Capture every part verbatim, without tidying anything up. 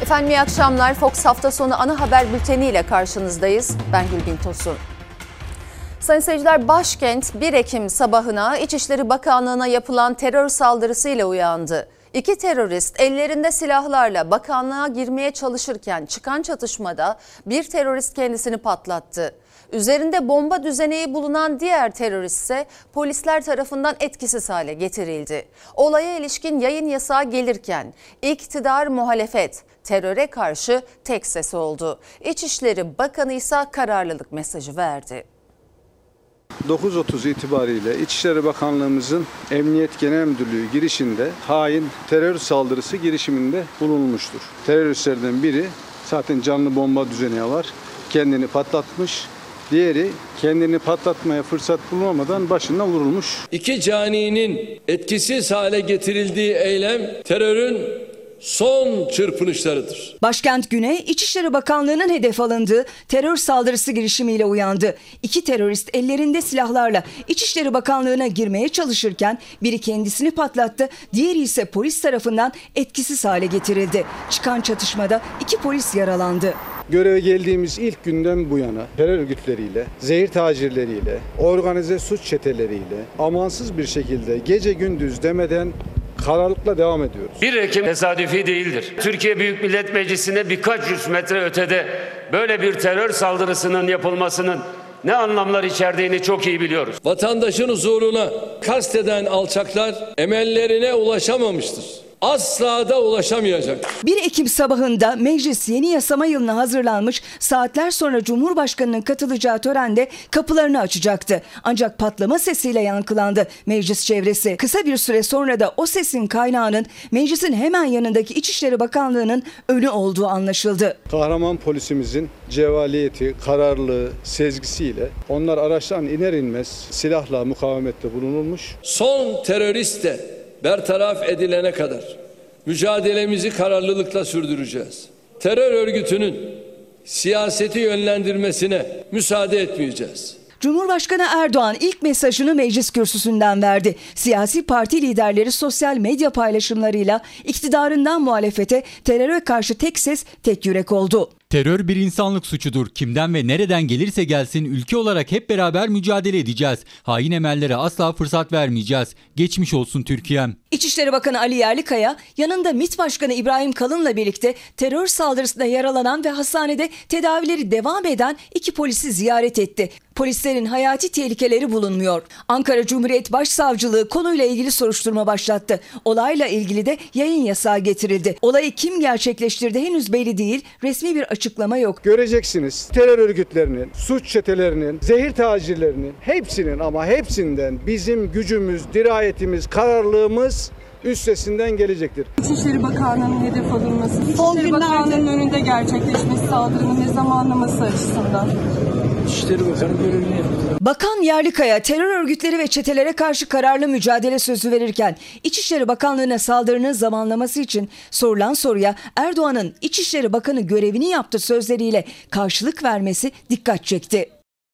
Efendim iyi akşamlar. Fox hafta sonu ana haber bülteni ile karşınızdayız. Ben Gülbin Tosun. Sayın seyirciler, başkent bir Ekim sabahına İçişleri Bakanlığı'na yapılan terör saldırısıyla uyandı. İki terörist ellerinde silahlarla bakanlığa girmeye çalışırken çıkan çatışmada bir terörist kendisini patlattı. Üzerinde bomba düzeneği bulunan diğer terörist ise polisler tarafından etkisiz hale getirildi. Olaya ilişkin yayın yasağı gelirken iktidar muhalefet teröre karşı tek ses oldu. İçişleri Bakanı ise kararlılık mesajı verdi. dokuz otuz itibariyle İçişleri Bakanlığımızın Emniyet Genel Müdürlüğü girişinde hain terör saldırısı girişiminde bulunulmuştur. Teröristlerden biri zaten canlı bomba düzeneği var, kendini patlatmış. Diğeri kendini patlatmaya fırsat bulamadan başından vurulmuş. İki caninin etkisiz hale getirildiği eylem terörün son çırpınışlarıdır. Başkent Güney, İçişleri Bakanlığı'nın hedef alındığı terör saldırısı girişimiyle uyandı. İki terörist ellerinde silahlarla İçişleri Bakanlığı'na girmeye çalışırken biri kendisini patlattı, diğeri ise polis tarafından etkisiz hale getirildi. Çıkan çatışmada iki polis yaralandı. Göreve geldiğimiz ilk günden bu yana terör örgütleriyle, zehir tacirleriyle, organize suç çeteleriyle amansız bir şekilde gece gündüz demeden kararlılıkla devam ediyoruz. bir Ekim tesadüfi değildir. Türkiye Büyük Millet Meclisi'ne birkaç yüz metre ötede böyle bir terör saldırısının yapılmasının ne anlamlar içerdiğini çok iyi biliyoruz. Vatandaşın huzuruna kasteden alçaklar emellerine ulaşamamıştır. Asla da ulaşamayacak. bir Ekim sabahında meclis yeni yasama yılına hazırlanmış, saatler sonra Cumhurbaşkanı'nın katılacağı törende kapılarını açacaktı. Ancak patlama sesiyle yankılandı meclis çevresi. Kısa bir süre sonra da o sesin kaynağının meclisin hemen yanındaki İçişleri Bakanlığı'nın önü olduğu anlaşıldı. Kahraman polisimizin cevaliyeti, kararlılığı, sezgisiyle onlar araçtan iner inmez silahla mukavemette bulunulmuş. Son terörist de bertaraf edilene kadar mücadelemizi kararlılıkla sürdüreceğiz. Terör örgütünün siyaseti yönlendirmesine müsaade etmeyeceğiz. Cumhurbaşkanı Erdoğan ilk mesajını meclis kürsüsünden verdi. Siyasi parti liderleri sosyal medya paylaşımlarıyla iktidarından muhalefete teröre karşı tek ses, tek yürek oldu. Terör bir insanlık suçudur. Kimden ve nereden gelirse gelsin ülke olarak hep beraber mücadele edeceğiz. Hain emellere asla fırsat vermeyeceğiz. Geçmiş olsun Türkiye'm. İçişleri Bakanı Ali Yerlikaya yanında MİT Başkanı İbrahim Kalın'la birlikte terör saldırısında yaralanan ve hastanede tedavileri devam eden iki polisi ziyaret etti. Polislerin hayati tehlikeleri bulunmuyor. Ankara Cumhuriyet Başsavcılığı konuyla ilgili soruşturma başlattı. Olayla ilgili de yayın yasağı getirildi. Olayı kim gerçekleştirdi henüz belli değil. Resmi bir açıklama yok. Göreceksiniz terör örgütlerinin, suç çetelerinin, zehir tacirlerinin hepsinin ama hepsinden bizim gücümüz, dirayetimiz, kararlılığımız üstesinden gelecektir. İçişleri Bakanlığı'nın hedef alınması, İçişleri Bakanlığı'nın önünde gerçekleşmesi saldırının ve zamanlaması açısından. İçişleri Bakanı görevini yapıyor. Bakan Yerlikaya terör örgütleri ve çetelere karşı kararlı mücadele sözü verirken İçişleri Bakanlığı'na saldırının zamanlaması için sorulan soruya Erdoğan'ın İçişleri Bakanı görevini yaptı sözleriyle karşılık vermesi dikkat çekti.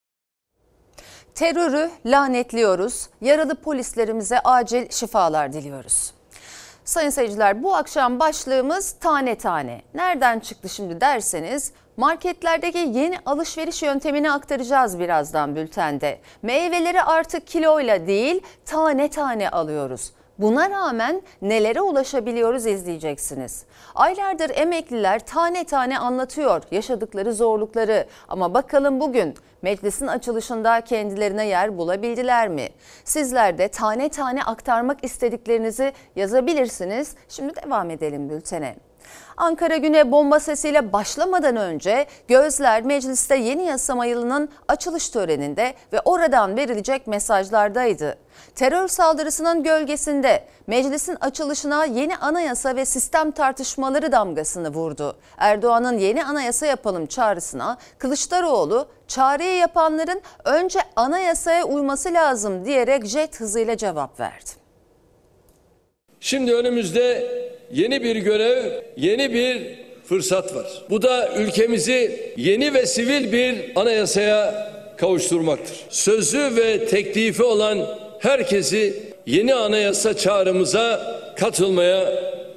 Terörü lanetliyoruz. Yaralı polislerimize acil şifalar diliyoruz. Sayın seyirciler, bu akşam başlığımız tane tane. Nereden çıktı şimdi derseniz marketlerdeki yeni alışveriş yöntemini aktaracağız birazdan bültende. Meyveleri artık kiloyla değil tane tane alıyoruz. Buna rağmen nelere ulaşabiliyoruz izleyeceksiniz. Aylardır emekliler tane tane anlatıyor yaşadıkları zorlukları. Ama bakalım bugün meclisin açılışında kendilerine yer bulabildiler mi? Sizler de tane tane aktarmak istediklerinizi yazabilirsiniz. Şimdi devam edelim bültene. Ankara güne bomba sesiyle başlamadan önce gözler mecliste yeni yasama yılının açılış töreninde ve oradan verilecek mesajlardaydı. Terör saldırısının gölgesinde meclisin açılışına yeni anayasa ve sistem tartışmaları damgasını vurdu. Erdoğan'ın yeni anayasa yapalım çağrısına Kılıçdaroğlu çağrıyı yapanların önce anayasaya uyması lazım diyerek jet hızıyla cevap verdi. Şimdi önümüzde yeni bir görev, yeni bir fırsat var. Bu da ülkemizi yeni ve sivil bir anayasaya kavuşturmaktır. Sözü ve teklifi olan herkesi yeni anayasa çağrımıza katılmaya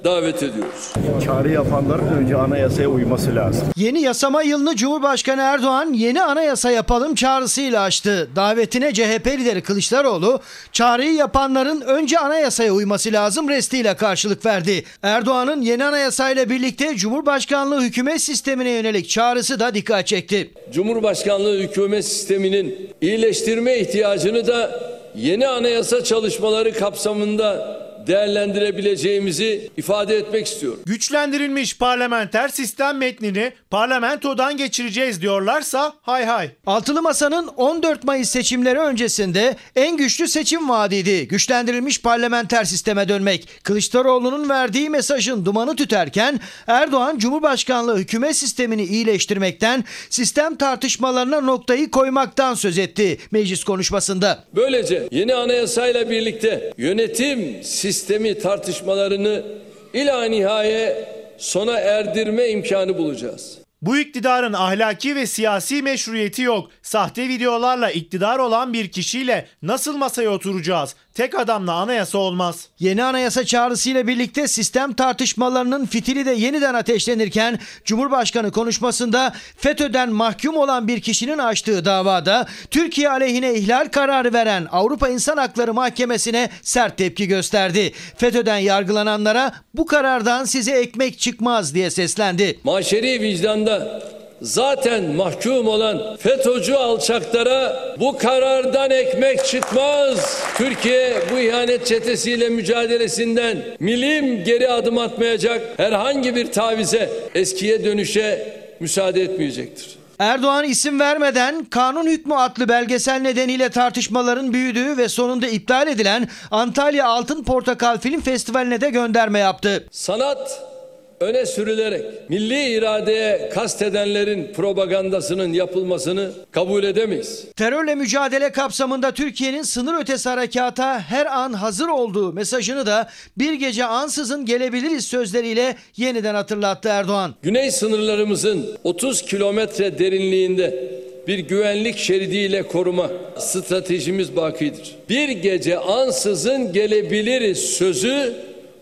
davet ediyoruz. Çağrı yapanların önce anayasaya uyması lazım. Yeni yasama yılını Cumhurbaşkanı Erdoğan yeni anayasa yapalım çağrısıyla açtı. Davetine C H P lideri Kılıçdaroğlu çağrıyı yapanların önce anayasaya uyması lazım restiyle karşılık verdi. Erdoğan'ın yeni anayasayla birlikte Cumhurbaşkanlığı hükümet sistemine yönelik çağrısı da dikkat çekti. Cumhurbaşkanlığı hükümet sisteminin iyileştirme ihtiyacını da yeni anayasa çalışmaları kapsamında değerlendirebileceğimizi ifade etmek istiyorum. Güçlendirilmiş parlamenter sistem metnini parlamentodan geçireceğiz diyorlarsa hay hay. Altılı Masa'nın on dört Mayıs seçimleri öncesinde en güçlü seçim vaadiydi. Güçlendirilmiş parlamenter sisteme dönmek. Kılıçdaroğlu'nun verdiği mesajın dumanı tüterken Erdoğan Cumhurbaşkanlığı hükümet sistemini iyileştirmekten, sistem tartışmalarına noktayı koymaktan söz etti meclis konuşmasında. Böylece yeni anayasayla birlikte yönetim sistemi tartışmalarını ila nihaye sona erdirme imkanı bulacağız. Bu iktidarın ahlaki ve siyasi meşruiyeti yok. Sahte videolarla iktidar olan bir kişiyle nasıl masaya oturacağız? Tek adamla anayasa olmaz. Yeni anayasa çağrısıyla birlikte sistem tartışmalarının fitili de yeniden ateşlenirken Cumhurbaşkanı konuşmasında FETÖ'den mahkum olan bir kişinin açtığı davada Türkiye aleyhine ihlal kararı veren Avrupa İnsan Hakları Mahkemesi'ne sert tepki gösterdi. FETÖ'den yargılananlara bu karardan size ekmek çıkmaz diye seslendi. Maşeri vicdanda zaten mahkum olan FETÖ'cü alçaklara bu karardan ekmek çıkmaz. Türkiye bu ihanet çetesiyle mücadelesinden milim geri adım atmayacak, herhangi bir tavize, eskiye dönüşe müsaade etmeyecektir. Erdoğan isim vermeden Kanun Hükmü adlı belgesel nedeniyle tartışmaların büyüdüğü ve sonunda iptal edilen Antalya Altın Portakal Film Festivali'ne de gönderme yaptı. Sanat öne sürülerek milli iradeye kastedenlerin propagandasının yapılmasını kabul edemeyiz. Terörle mücadele kapsamında Türkiye'nin sınır ötesi harekata her an hazır olduğu mesajını da bir gece ansızın gelebiliriz sözleriyle yeniden hatırlattı Erdoğan. Güney sınırlarımızın otuz kilometre derinliğinde bir güvenlik şeridiyle koruma stratejimiz bakidir. Bir gece ansızın gelebiliriz sözü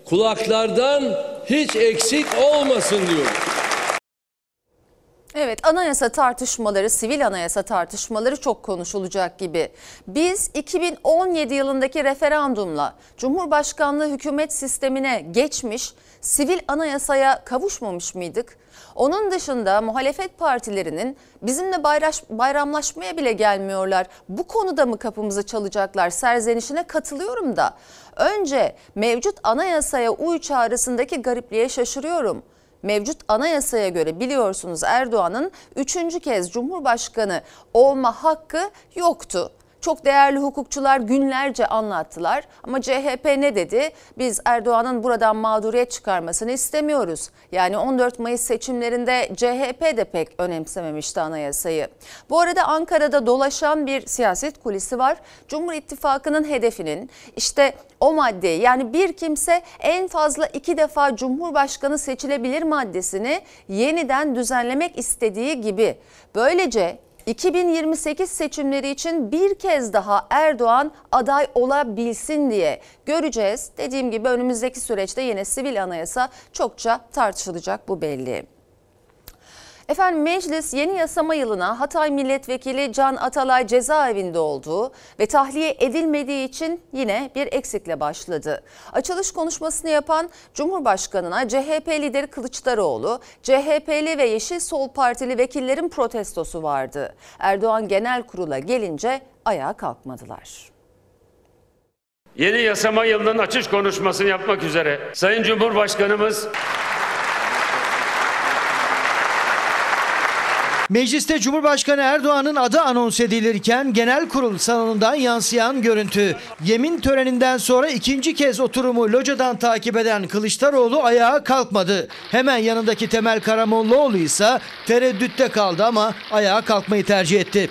kulaklardan hiç eksik olmasın diyor. Evet, anayasa tartışmaları, sivil anayasa tartışmaları çok konuşulacak gibi. Biz iki bin on yedi yılındaki referandumla Cumhurbaşkanlığı hükümet sistemine geçmiş, sivil anayasaya kavuşmamış mıydık? Onun dışında muhalefet partilerinin bizimle bayraş, bayramlaşmaya bile gelmiyorlar. Bu konuda mı kapımızı çalacaklar? Serzenişine katılıyorum da. Önce mevcut anayasaya uy çağrısındaki garipliğe şaşırıyorum. Mevcut anayasaya göre biliyorsunuz Erdoğan'ın üçüncü kez Cumhurbaşkanı olma hakkı yoktu. Çok değerli hukukçular günlerce anlattılar ama C H P ne dedi? Biz Erdoğan'ın buradan mağduriyet çıkarmasını istemiyoruz. Yani on dört Mayıs seçimlerinde C H P de pek önemsememişti anayasayı. Bu arada Ankara'da dolaşan bir siyaset kulisi var. Cumhur İttifakı'nın hedefinin işte o maddeyi, yani bir kimse en fazla iki defa Cumhurbaşkanı seçilebilir maddesini yeniden düzenlemek istediği gibi. Böylece iki bin yirmi sekiz seçimleri için bir kez daha Erdoğan aday olabilsin diye göreceğiz. Dediğim gibi önümüzdeki süreçte yine sivil anayasa çokça tartışılacak, bu belli. Efendim, meclis yeni yasama yılına Hatay Milletvekili Can Atalay cezaevinde olduğu ve tahliye edilmediği için yine bir eksikle başladı. Açılış konuşmasını yapan Cumhurbaşkanı'na C H P lideri Kılıçdaroğlu, C H P'li ve Yeşil Sol Partili vekillerin protestosu vardı. Erdoğan Genel Kurul'a gelince ayağa kalkmadılar. Yeni yasama yılının açış konuşmasını yapmak üzere Sayın Cumhurbaşkanımız Mecliste Cumhurbaşkanı Erdoğan'ın adı anons edilirken genel kurul salonundan yansıyan görüntü. Yemin töreninden sonra ikinci kez oturumu locadan takip eden Kılıçdaroğlu ayağa kalkmadı. Hemen yanındaki Temel Karamollaoğlu ise tereddütte kaldı ama ayağa kalkmayı tercih etti.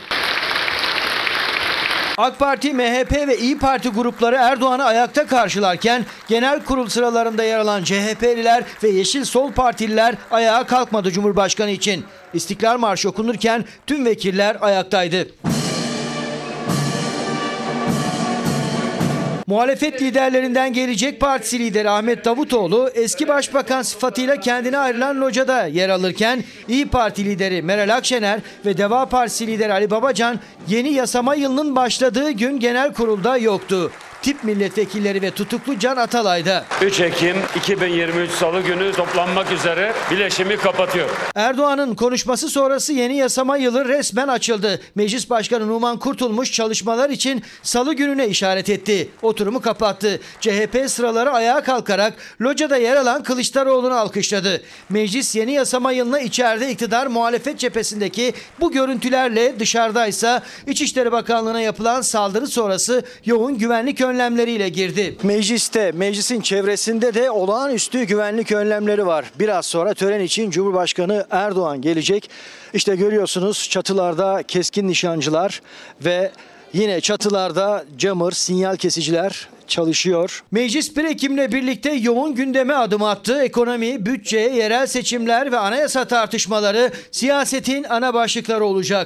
AK Parti, M H P ve İyi Parti grupları Erdoğan'ı ayakta karşılarken genel kurul sıralarında yer alan C H P'liler ve Yeşil Sol Partililer ayağa kalkmadı Cumhurbaşkanı için. İstiklal Marşı okunurken tüm vekiller ayaktaydı. Muhalefet liderlerinden Gelecek Partisi lideri Ahmet Davutoğlu eski başbakan sıfatıyla kendine ayrılan locada yer alırken İYİ Parti lideri Meral Akşener ve Deva Partisi lideri Ali Babacan yeni yasama yılının başladığı gün genel kurulda yoktu. Tip milletvekilleri ve tutuklu Can Atalay'da. üç Ekim iki bin yirmi üç Salı günü toplanmak üzere bileşimi kapatıyor. Erdoğan'ın konuşması sonrası yeni yasama yılı resmen açıldı. Meclis Başkanı Numan Kurtulmuş çalışmalar için Salı gününe işaret etti. Oturumu kapattı. C H P sıraları ayağa kalkarak locada yer alan Kılıçdaroğlu'nu alkışladı. Meclis yeni yasama yılına içeride iktidar muhalefet cephesindeki bu görüntülerle, dışarıdaysa İçişleri Bakanlığı'na yapılan saldırı sonrası yoğun güvenlik önlemleriyle girdi. Mecliste, meclisin çevresinde de olağanüstü güvenlik önlemleri var. Biraz sonra tören için Cumhurbaşkanı Erdoğan gelecek. İşte görüyorsunuz çatılarda keskin nişancılar ve yine çatılarda jammer, sinyal kesiciler çalışıyor. Meclis bir Ekim'le birlikte yoğun gündeme adım attı. Ekonomi, bütçe, yerel seçimler ve anayasa tartışmaları siyasetin ana başlıkları olacak.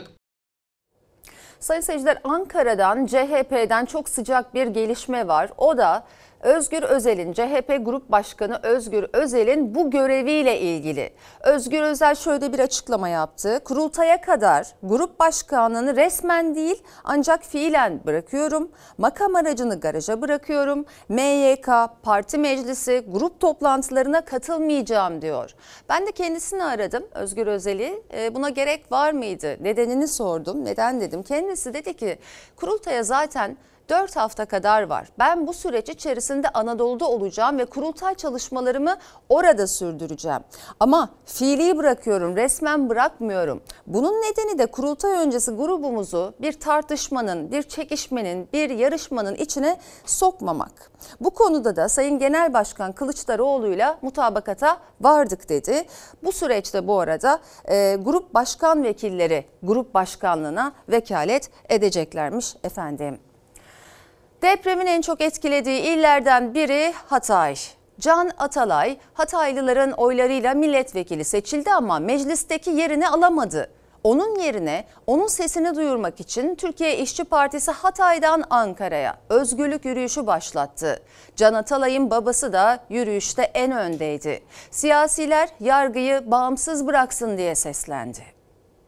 Sayın seyirciler, Ankara'dan C H P'den çok sıcak bir gelişme var. O da Özgür Özel'in, C H P Grup Başkanı Özgür Özel'in bu göreviyle ilgili. Özgür Özel şöyle bir açıklama yaptı. Kurultaya kadar grup başkanlığını resmen değil ancak fiilen bırakıyorum. Makam aracını garaja bırakıyorum. M Y K, parti meclisi, grup toplantılarına katılmayacağım diyor. Ben de kendisini aradım, Özgür Özel'i. Buna gerek var mıydı? Nedenini sordum. Neden dedim. Kendisi dedi ki kurultaya zaten dört hafta kadar var. Ben bu süreç içerisinde Anadolu'da olacağım ve kurultay çalışmalarımı orada sürdüreceğim. Ama fiili bırakıyorum, resmen bırakmıyorum. Bunun nedeni de kurultay öncesi grubumuzu bir tartışmanın, bir çekişmenin, bir yarışmanın içine sokmamak. Bu konuda da Sayın Genel Başkan Kılıçdaroğlu'yla mutabakata vardık dedi. Bu süreçte bu arada e, grup başkan vekilleri grup başkanlığına vekalet edeceklermiş efendim. Depremin en çok etkilediği illerden biri Hatay. Can Atalay, Hataylıların oylarıyla milletvekili seçildi ama meclisteki yerini alamadı. Onun yerine, onun sesini duyurmak için Türkiye İşçi Partisi Hatay'dan Ankara'ya özgürlük yürüyüşü başlattı. Can Atalay'ın babası da yürüyüşte en öndeydi. Siyasiler yargıyı bağımsız bıraksın diye seslendi.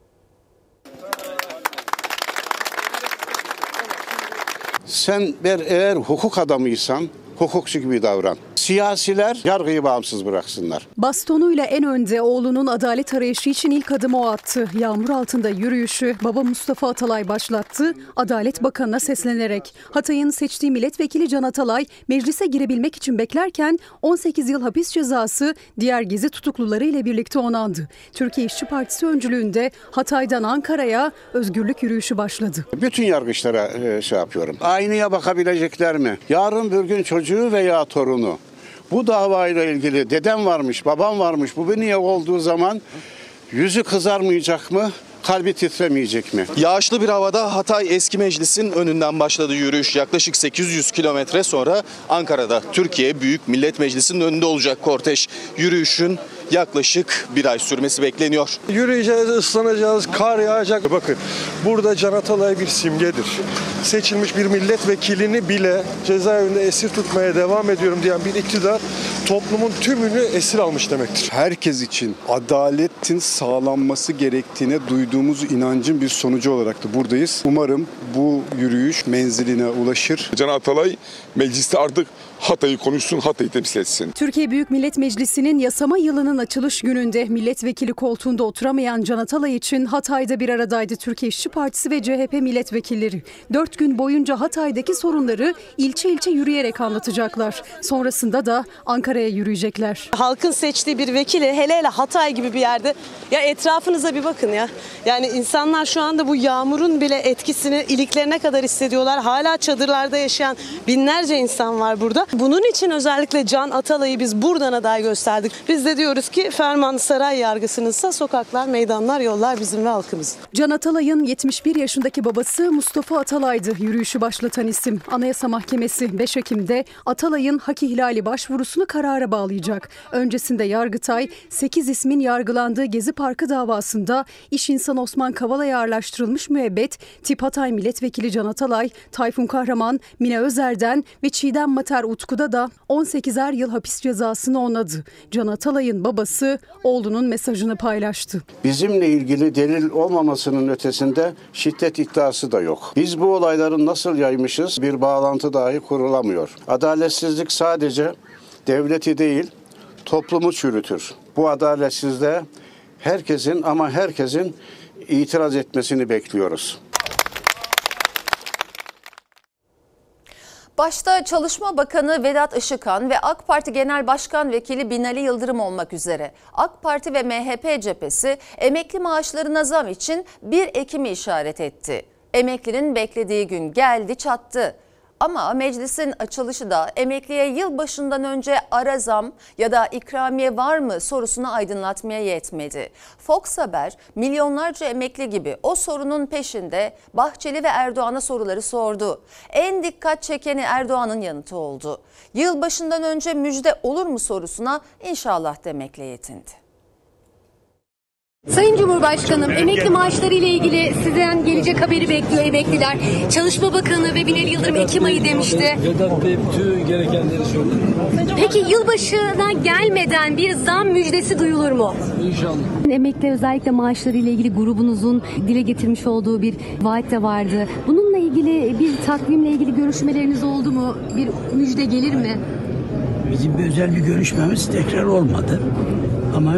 Sen bir eğer hukuk adamıysan hukukçu gibi davran. Siyasiler yargıyı bağımsız bıraksınlar. Bastonuyla en önde oğlunun adalet arayışı için ilk adımı o attı. Yağmur altında yürüyüşü baba Mustafa Atalay başlattı. Adalet Bakanı'na seslenerek Hatay'ın seçtiği milletvekili Can Atalay meclise girebilmek için beklerken on sekiz yıl hapis cezası diğer gezi tutukluları ile birlikte onandı. Türkiye İşçi Partisi öncülüğünde Hatay'dan Ankara'ya özgürlük yürüyüşü başladı. Bütün yargıçlara e, şey yapıyorum. Aynaya bakabilecekler mi? Yarın bir gün çocuğu veya torunu bu davayla ilgili dedem varmış, babam varmış, bu niye olduğu zaman yüzü kızarmayacak mı? Kalbi titremeyecek mi? Yağışlı bir havada Hatay Eski Meclis'in önünden başladı yürüyüş. Yaklaşık sekiz yüz kilometre sonra Ankara'da Türkiye Büyük Millet Meclisi'nin önünde olacak kortej. Yürüyüşün yaklaşık bir ay sürmesi bekleniyor. Yürüyeceğiz, ıslanacağız, kar yağacak. Bakın burada Can Atalay bir simgedir. Seçilmiş bir milletvekilini bile cezaevinde esir tutmaya devam ediyorum diyen bir iktidar toplumun tümünü esir almış demektir. Herkes için adaletin sağlanması gerektiğine duyduğumuz inancın bir sonucu olarak da buradayız. Umarım bu yürüyüş menziline ulaşır. Can Atalay mecliste artık Hatay'ı konuşsun, Hatay'ı temsil etsin. Türkiye Büyük Millet Meclisi'nin yasama yılının açılış gününde milletvekili koltuğunda oturamayan Can Atalay için Hatay'da bir aradaydı Türkiye İşçi Partisi ve C H P milletvekilleri. Dört gün boyunca Hatay'daki sorunları ilçe ilçe yürüyerek anlatacaklar. Sonrasında da Ankara'ya yürüyecekler. Halkın seçtiği bir vekili hele hele Hatay gibi bir yerde, ya etrafınıza bir bakın ya. Yani insanlar şu anda bu yağmurun bile etkisini iliklerine kadar hissediyorlar. Hala çadırlarda yaşayan binlerce insan var burada. Bunun için özellikle Can Atalay'ı biz buradan aday gösterdik. Biz de diyoruz ki ferman saray yargısınınsa sokaklar, meydanlar, yollar bizim ve halkımız. Can Atalay'ın yetmiş bir yaşındaki babası Mustafa Atalay'dı yürüyüşü başlatan isim. Anayasa Mahkemesi beş Ekim'de Atalay'ın hak ihlali başvurusunu karara bağlayacak. Öncesinde Yargıtay sekiz ismin yargılandığı Gezi Parkı davasında iş insanı Osman Kavala'ya ağırlaştırılmış müebbet Tip Hatay Milletvekili Can Atalay, Tayfun Kahraman, Mine Özer'den ve Çiğdem Mater Utku'da da on sekizer yıl hapis cezasını onadı. Can Atalay'ın babası oğlunun mesajını paylaştı. Bizimle ilgili delil olmamasının ötesinde şiddet iddiası da yok. Biz bu olayları nasıl yaymışız bir bağlantı dahi kurulamıyor. Adaletsizlik sadece devleti değil toplumu çürütür. Bu adaletsizliğe herkesin ama herkesin itiraz etmesini bekliyoruz. Başta Çalışma Bakanı Vedat Işıkhan ve AK Parti Genel Başkan Vekili Binali Yıldırım olmak üzere AK Parti ve M H P cephesi emekli maaşlarına zam için bir Ekim'i işaret etti. Emeklinin beklediği gün geldi çattı. Ama meclisin açılışı da emekliye yılbaşından önce ara zam ya da ikramiye var mı sorusunu aydınlatmaya yetmedi. Fox Haber milyonlarca emekli gibi o sorunun peşinde Bahçeli ve Erdoğan'a soruları sordu. En dikkat çekeni Erdoğan'ın yanıtı oldu. Yılbaşından önce müjde olur mu sorusuna inşallah demekle yetindi. Sayın Cumhurbaşkanım, emekli maaşları ile ilgili sizden gelecek haberi bekliyor emekliler. Çalışma Bakanı ve Binali Yıldırım Ekim ayı demişti. Vedat Bey bütün gerekenleri söyledi. Peki yılbaşına gelmeden bir zam müjdesi duyulur mu? İnşallah. Emekli özellikle maaşları ile ilgili grubunuzun dile getirmiş olduğu bir vaat de vardı. Bununla ilgili bir takvimle ilgili görüşmeleriniz oldu mu? Bir müjde gelir mi? Bizim bir özel bir görüşmemiz tekrar olmadı. Ama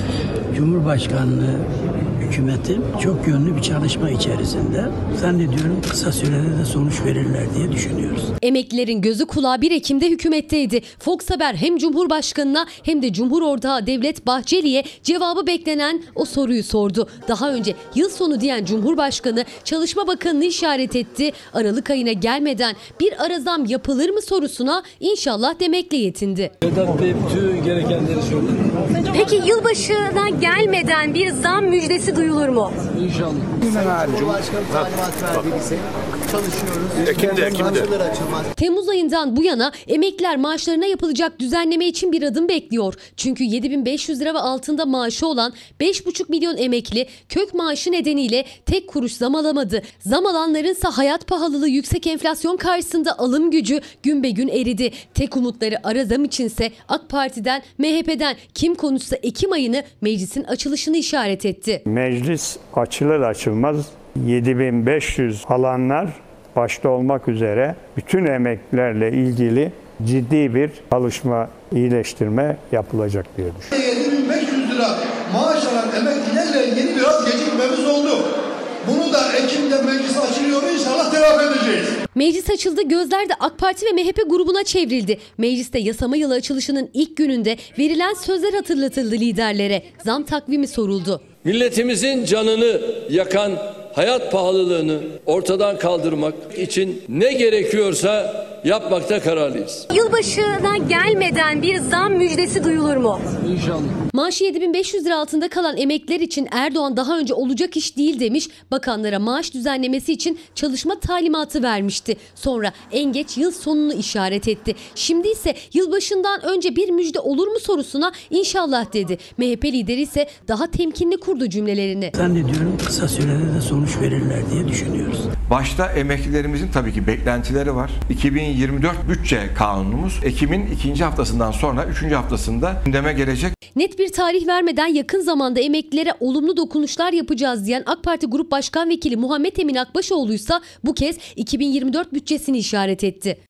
Cumhurbaşkanlığı hükümeti çok yönlü bir çalışma içerisinde. Zannediyorum kısa sürede de sonuç verirler diye düşünüyoruz. Emeklilerin gözü kulağı bir Ekim'de hükümetteydi. Fox Haber hem Cumhurbaşkanı'na hem de Cumhur Ortağı Devlet Bahçeli'ye cevabı beklenen o soruyu sordu. Daha önce yıl sonu diyen Cumhurbaşkanı Çalışma Bakanı'nı işaret etti. Aralık ayına gelmeden bir ara zam yapılır mı sorusuna inşallah demekle yetindi. Vedat Bey bütün gerekenleri söyledi. Peki yılbaşına gelmeden bir zam müjdesi duyulur mu? İnşallah. Cumhurbaşkanı talimat verdi bize. Çalışıyoruz. Ekim'de, Ekim'de. Temmuz ayından bu yana emekliler maaşlarına yapılacak düzenleme için bir adım bekliyor. Çünkü yedi bin beş yüz lira ve altında maaşı olan beş buçuk milyon emekli kök maaşı nedeniyle tek kuruş zam alamadı. Zam alanlarınsa hayat pahalılığı, yüksek enflasyon karşısında alım gücü gün be gün eridi. Tek umutları ara zam içinse AK Parti'den, M H P'den kim konuşsa Ekim ayını meclisin açılışını işaret etti. Meclis açılır açılmaz yedi bin beş yüz alanlar başta olmak üzere bütün emeklilerle ilgili ciddi bir çalışma, iyileştirme yapılacak diye düşünüyorum. yedi bin beş yüz lira maaş alan emeklilerle ilgili biraz gecikmemiz oldu. Bunu da Ekim'de meclis açılıyor, inşallah telafi edeceğiz. Meclis açıldı, gözler de AK Parti ve M H P grubuna çevrildi. Mecliste yasama yılı açılışının ilk gününde verilen sözler hatırlatıldı liderlere. Zam takvimi soruldu. Milletimizin canını yakan hayat pahalılığını ortadan kaldırmak için ne gerekiyorsa yapmakta kararlıyız. Yılbaşına gelmeden bir zam müjdesi duyulur mu? İnşallah. Maaşı yedi bin beş yüz lira altında kalan emekliler için Erdoğan daha önce olacak iş değil demiş, bakanlara maaş düzenlemesi için çalışma talimatı vermişti. Sonra en geç yıl sonunu işaret etti. Şimdi ise yılbaşından önce bir müjde olur mu sorusuna inşallah dedi. M H P lideri ise daha temkinli kurdu cümlelerini. Zannediyorum kısa sürede de sonuç verirler diye düşünüyoruz. Başta emeklilerimizin tabii ki beklentileri var. iki bin yirmi dört bütçe kanunumuz Ekim'in ikinci haftasından sonra üçüncü haftasında gündeme gelecek. Net bir tarih vermeden yakın zamanda emeklilere olumlu dokunuşlar yapacağız diyen AK Parti Grup Başkan Vekili Muhammed Emin Akbaşoğlu ise bu kez iki bin yirmi dört bütçesini işaret etti.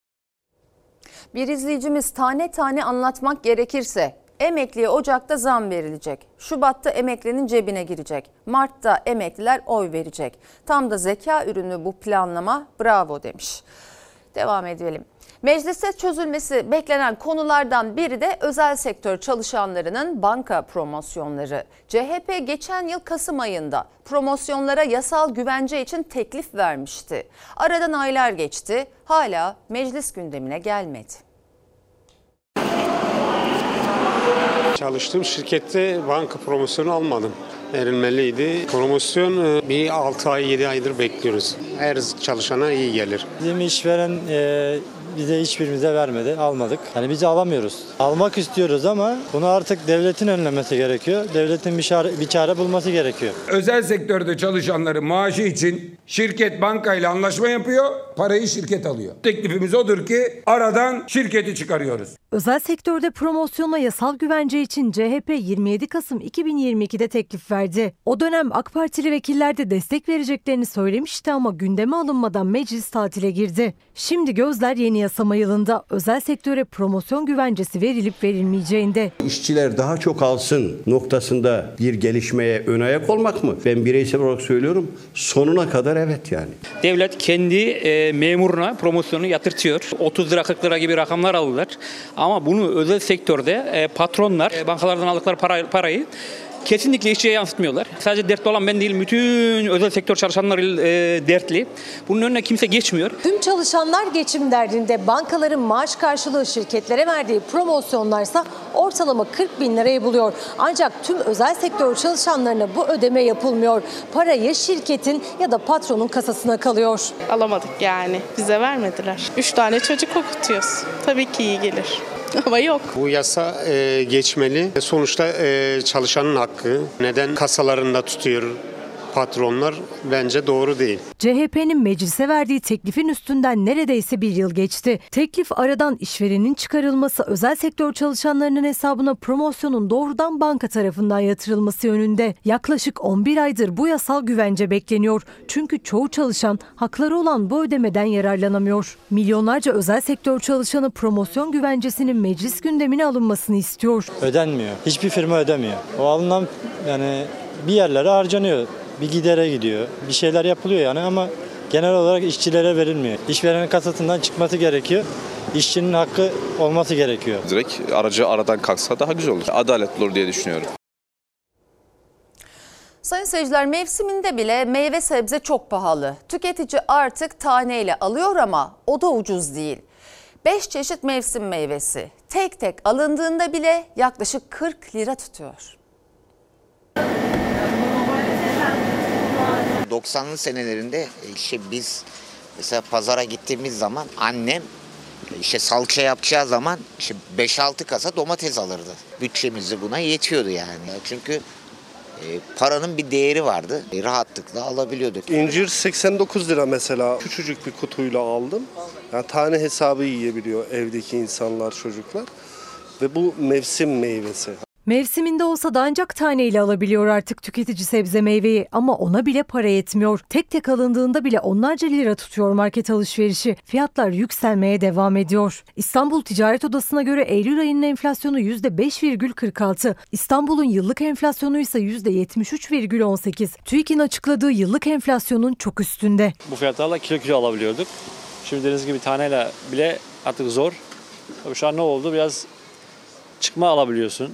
Bir izleyicimiz tane tane anlatmak gerekirse emekliye Ocak'ta zam verilecek. Şubat'ta emeklinin cebine girecek. Mart'ta emekliler oy verecek. Tam da zeka ürünü bu planlama, bravo demiş. Devam edelim. Mecliste çözülmesi beklenen konulardan biri de özel sektör çalışanlarının banka promosyonları. C H P geçen yıl Kasım ayında promosyonlara yasal güvence için teklif vermişti. Aradan aylar geçti, hala meclis gündemine gelmedi. Çalıştığım şirkette banka promosyonu almadım. Verilmeliydi. Promosyon bir altı ay yedi aydır bekliyoruz. Her çalışana iyi gelir. Bizim işveren e, bize hiçbirimize vermedi, almadık. Yani biz alamıyoruz. Almak istiyoruz ama bunu artık devletin önlemesi gerekiyor. Devletin bir çare, bir çare bulması gerekiyor. Özel sektörde çalışanların maaşı için şirket bankayla anlaşma yapıyor, parayı şirket alıyor. Teklifimiz odur ki aradan şirketi çıkarıyoruz. Özel sektörde promosyonla yasal güvence için C H P yirmi yedi Kasım iki bin yirmi iki'de teklif verdi. O dönem AK Partili vekiller de destek vereceklerini söylemişti ama gündeme alınmadan meclis tatile girdi. Şimdi gözler yeni yasama yılında özel sektöre promosyon güvencesi verilip verilmeyeceğinde. İşçiler daha çok alsın noktasında bir gelişmeye ön ayak olmak mı? Ben bireysel olarak söylüyorum, sonuna kadar evet yani. Devlet kendi e, memuruna promosyonu yatırtıyor. otuz lira kırk lira gibi rakamlar alırlar. Ama bunu özel sektörde e, patronlar e, bankalardan aldıkları para, parayı kesinlikle işçiye yansıtmıyorlar. Sadece dertli olan ben değil, bütün özel sektör çalışanları e, dertli. Bunun önüne kimse geçmiyor. Tüm çalışanlar geçim derdinde, bankaların maaş karşılığı şirketlere verdiği promosyonlarsa ortalama kırk bin lirayı buluyor. Ancak tüm özel sektör çalışanlarına bu ödeme yapılmıyor. Parayı şirketin ya da patronun kasasına kalıyor. Alamadık yani, bize vermediler. Üç tane çocuk okutuyoruz. Tabii ki iyi gelir. Ama yok. Bu yasa e, geçmeli. Sonuçta e, çalışanın hakkı. Neden kasalarında tutuyor patronlar? Bence doğru değil. C H P'nin meclise verdiği teklifin üstünden neredeyse bir yıl geçti. Teklif aradan işverenin çıkarılması, özel sektör çalışanlarının hesabına promosyonun doğrudan banka tarafından yatırılması yönünde. Yaklaşık on bir aydır bu yasal güvence bekleniyor. Çünkü çoğu çalışan hakları olan bu ödemeden yararlanamıyor. Milyonlarca özel sektör çalışanı promosyon güvencesinin meclis gündemine alınmasını istiyor. Ödenmiyor. Hiçbir firma ödemiyor. O alınan yani bir yerlere harcanıyor. Bir gidere gidiyor. Bir şeyler yapılıyor yani ama genel olarak işçilere verilmiyor. İşverenin kasasından çıkması gerekiyor. İşçinin hakkı olması gerekiyor. Direkt aracı aradan kalksa daha güzel olur. Adaletli olur diye düşünüyorum. Sayın seyirciler, mevsiminde bile meyve sebze çok pahalı. Tüketici artık taneyle alıyor ama o da ucuz değil. beş çeşit mevsim meyvesi tek tek alındığında bile yaklaşık kırk lira tutuyor. doksanlı senelerinde işte biz mesela pazara gittiğimiz zaman annem işte salça yapacağı zaman işte beş altı kasa domates alırdı. Bütçemiz buna yetiyordu yani. Çünkü e, paranın bir değeri vardı. E, rahatlıkla alabiliyorduk. İncir seksen dokuz lira mesela. Küçücük bir kutuyla aldım. Yani tane hesabı yiyebiliyor evdeki insanlar, çocuklar. Ve bu mevsim meyvesi. Mevsiminde olsa da ancak taneyle alabiliyor artık tüketici sebze meyveyi ama ona bile para yetmiyor. Tek tek alındığında bile onlarca lira tutuyor market alışverişi. Fiyatlar yükselmeye devam ediyor. İstanbul Ticaret Odası'na göre Eylül ayının enflasyonu yüzde beş virgül kırk altı. İstanbul'un yıllık enflasyonu ise yüzde yetmiş üç virgül on sekiz. TÜİK'in açıkladığı yıllık enflasyonun çok üstünde. Bu fiyatlarla kilo kilo alabiliyorduk. Şimdi dediğiniz gibi taneyle bile artık zor. Tabii şu an ne oldu? Biraz çıkma alabiliyorsun.